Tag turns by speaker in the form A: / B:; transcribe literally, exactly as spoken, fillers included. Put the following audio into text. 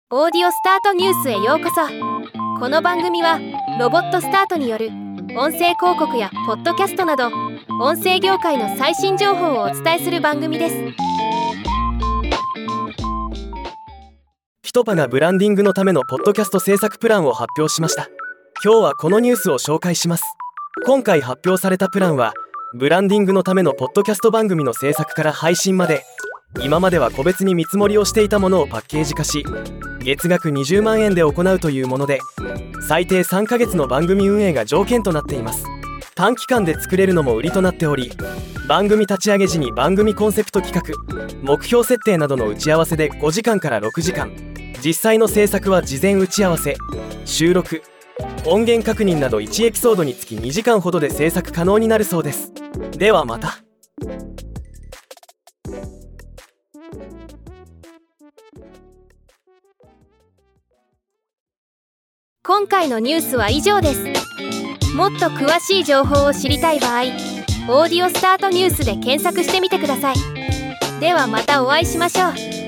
A: オーディオスタートニュースへようこそ。この番組はロボットスタートによる音声広告やポッドキャストなど音声業界の最新情報をお伝えする番組です。
B: ピトパがブランディングのためのポッドキャスト制作プランを発表しました。今日はこのニュースを紹介します。今回発表されたプランはブランディングのためのポッドキャスト番組の制作から配信まで、今までは個別に見積もりをしていたものをパッケージ化し、月額にじゅうまんえんで行うというもので、最低さんかげつの番組運営が条件となっています。短期間で作れるのも売りとなっており、番組立ち上げ時に番組コンセプト企画、目標設定などの打ち合わせでごじかんからろくじかん、実際の制作は事前打ち合わせ、収録、音源確認などいちエピソードにつきにじかんほどで制作可能になるそうです。ではまた。
A: 今回のニュースは以上です。もっと詳しい情報を知りたい場合、オーディオスタートニュースで検索してみてください。ではまたお会いしましょう。